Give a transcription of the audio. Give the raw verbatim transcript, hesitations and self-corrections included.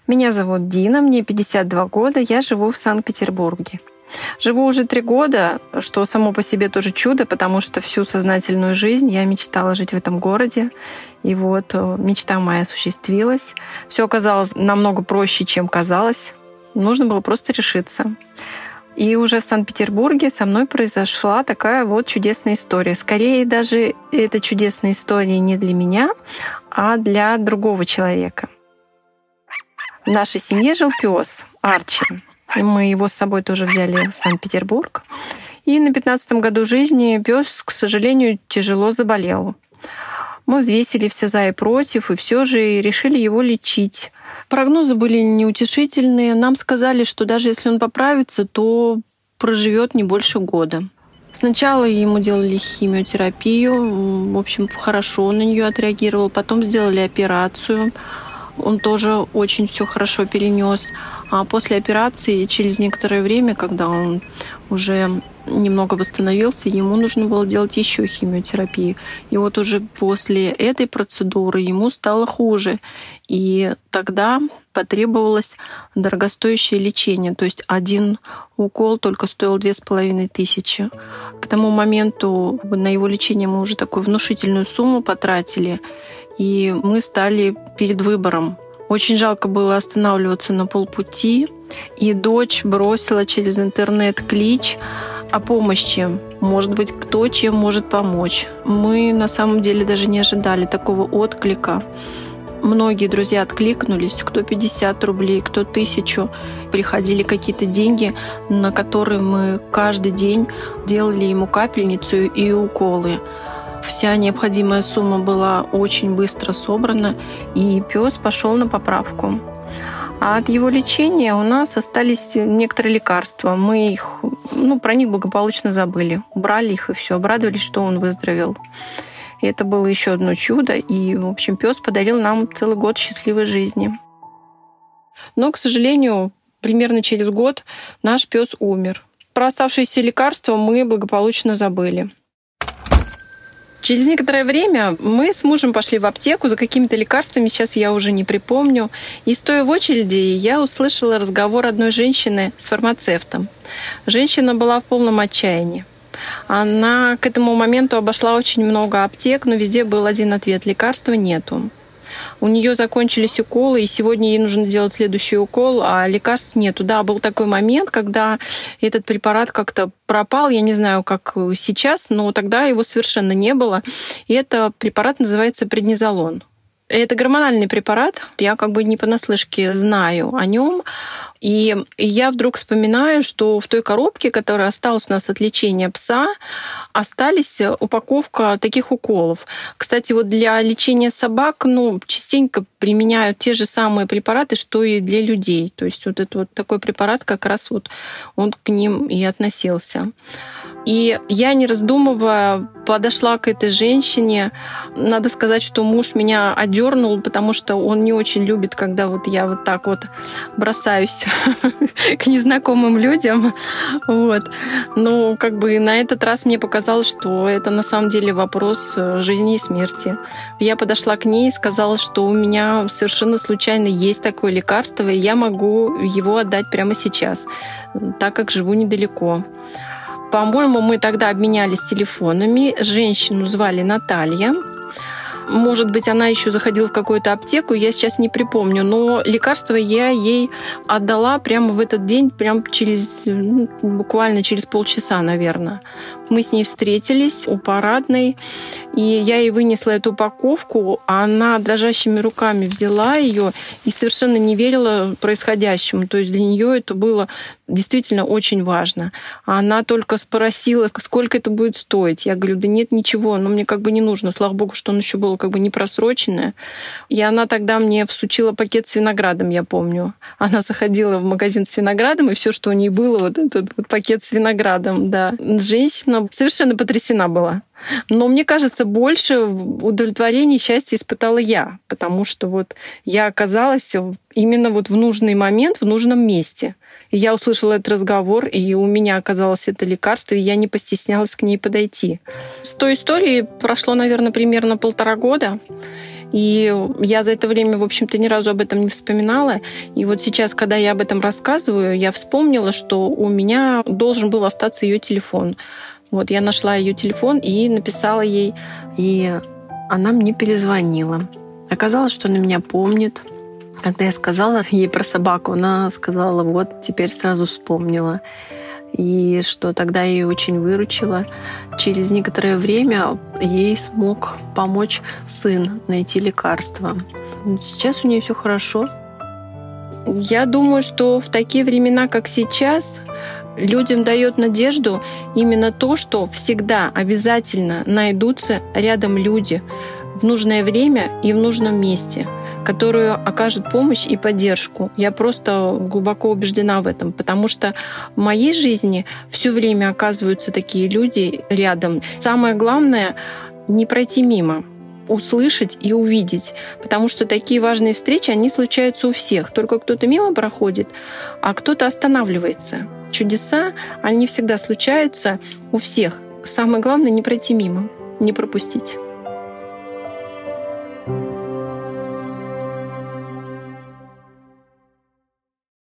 Меня зовут Дина, мне пятьдесят два года, я живу в Санкт-Петербурге. Живу уже три года, что само по себе тоже чудо, потому что всю сознательную жизнь я мечтала жить в этом городе. И вот мечта моя осуществилась. Все оказалось намного проще, чем казалось. Нужно было просто решиться. И уже в Санкт-Петербурге со мной произошла такая вот чудесная история. Скорее даже эта чудесная история не для меня, а для другого человека. В нашей семье жил пес Арчи. Мы его с собой тоже взяли в Санкт-Петербург. И на пятнадцатом году жизни пес, к сожалению, тяжело заболел. Мы взвесили все за и против, и все же решили его лечить. Прогнозы были неутешительные. Нам сказали, что даже если он поправится, то проживет не больше года. Сначала ему делали химиотерапию. В общем, хорошо он на нее отреагировал. Потом сделали операцию. Он тоже очень все хорошо перенес. А после операции, через некоторое время, когда он уже немного восстановился, ему нужно было делать еще химиотерапию. И вот уже после этой процедуры ему стало хуже. И тогда потребовалось дорогостоящее лечение. То есть один укол только стоил две с половиной тысячи. К тому моменту на его лечение мы уже такую внушительную сумму потратили. И мы стали перед выбором. Очень жалко было останавливаться на полпути. И дочь бросила через интернет клич о помощи. Может быть, кто чем может помочь. Мы на самом деле даже не ожидали такого отклика. Многие друзья откликнулись, кто пятьдесят рублей, кто тысячу. Приходили какие-то деньги, на которые мы каждый день делали ему капельницу и уколы. Вся необходимая сумма была очень быстро собрана, и пес пошел на поправку. А от его лечения у нас остались некоторые лекарства. Мы их, ну, про них благополучно забыли. Убрали их, и все, обрадовались, что он выздоровел. И это было еще одно чудо. И, в общем, пес подарил нам целый год счастливой жизни. Но, к сожалению, примерно через год наш пес умер. Про оставшиеся лекарства мы благополучно забыли. Через некоторое время мы с мужем пошли в аптеку за какими-то лекарствами, сейчас я уже не припомню. И стоя в очереди, я услышала разговор одной женщины с фармацевтом. Женщина была в полном отчаянии. Она к этому моменту обошла очень много аптек, но везде был один ответ: лекарства нету. У нее закончились уколы, и сегодня ей нужно делать следующий укол, а лекарств нету. Да, был такой момент, когда этот препарат как-то пропал, я не знаю, как сейчас, но тогда его совершенно не было. И этот препарат называется преднизолон. Это гормональный препарат, я как бы не понаслышке знаю о нем. И я вдруг вспоминаю, что в той коробке, которая осталась у нас от лечения пса, остались упаковка таких уколов. Кстати, вот для лечения собак, ну, частенько применяют те же самые препараты, что и для людей. То есть вот этот вот такой препарат как раз вот он к ним и относился. И я, не раздумывая, подошла к этой женщине. Надо сказать, что муж меня одернул, потому что он не очень любит, когда вот я вот так вот бросаюсь к незнакомым людям. Вот. Но как бы на этот раз мне показалось, что это на самом деле вопрос жизни и смерти. Я подошла к ней и сказала, что у меня совершенно случайно есть такое лекарство, и я могу его отдать прямо сейчас, так как живу недалеко. По-моему, мы тогда обменялись телефонами. Женщину звали Наталья. Может быть, она еще заходила в какую-то аптеку, я сейчас не припомню, но лекарство я ей отдала прямо в этот день, прямо через, ну, буквально через полчаса, наверное. Мы с ней встретились у парадной, и я ей вынесла эту упаковку, а она дрожащими руками взяла ее и совершенно не верила происходящему. То есть для нее это было действительно очень важно. Она только спросила, сколько это будет стоить. Я говорю, да нет, ничего, но мне как бы не нужно. Слава богу, что он еще был как бы не просроченное. И она тогда мне всучила пакет с виноградом, я помню. Она заходила в магазин с виноградом, и все, что у нее было, вот этот вот пакет с виноградом, да. Женщина совершенно потрясена была. Но мне кажется, больше удовлетворения и счастья испытала я, потому что вот я оказалась именно вот в нужный момент, в нужном месте. И я услышала этот разговор, и у меня оказалось это лекарство, и я не постеснялась к ней подойти. С той истории прошло, наверное, примерно полтора года. И я за это время, в общем-то, ни разу об этом не вспоминала. И вот сейчас, когда я об этом рассказываю, я вспомнила, что у меня должен был остаться ее телефон. Вот я нашла ее телефон и написала ей, и она мне перезвонила. Оказалось, что она меня помнит. Когда я сказала ей про собаку, она сказала, вот, теперь сразу вспомнила. И что тогда я ее очень выручила. Через некоторое время ей смог помочь сын найти лекарство. Сейчас у нее все хорошо. Я думаю, что в такие времена, как сейчас, людям дает надежду именно то, что всегда обязательно найдутся рядом люди в нужное время и в нужном месте, которые окажут помощь и поддержку. Я просто глубоко убеждена в этом, потому что в моей жизни все время оказываются такие люди рядом. Самое главное — не пройти мимо, услышать и увидеть, потому что такие важные встречи, они случаются у всех. Только кто-то мимо проходит, а кто-то останавливается. Чудеса, они всегда случаются у всех. Самое главное — не пройти мимо, не пропустить.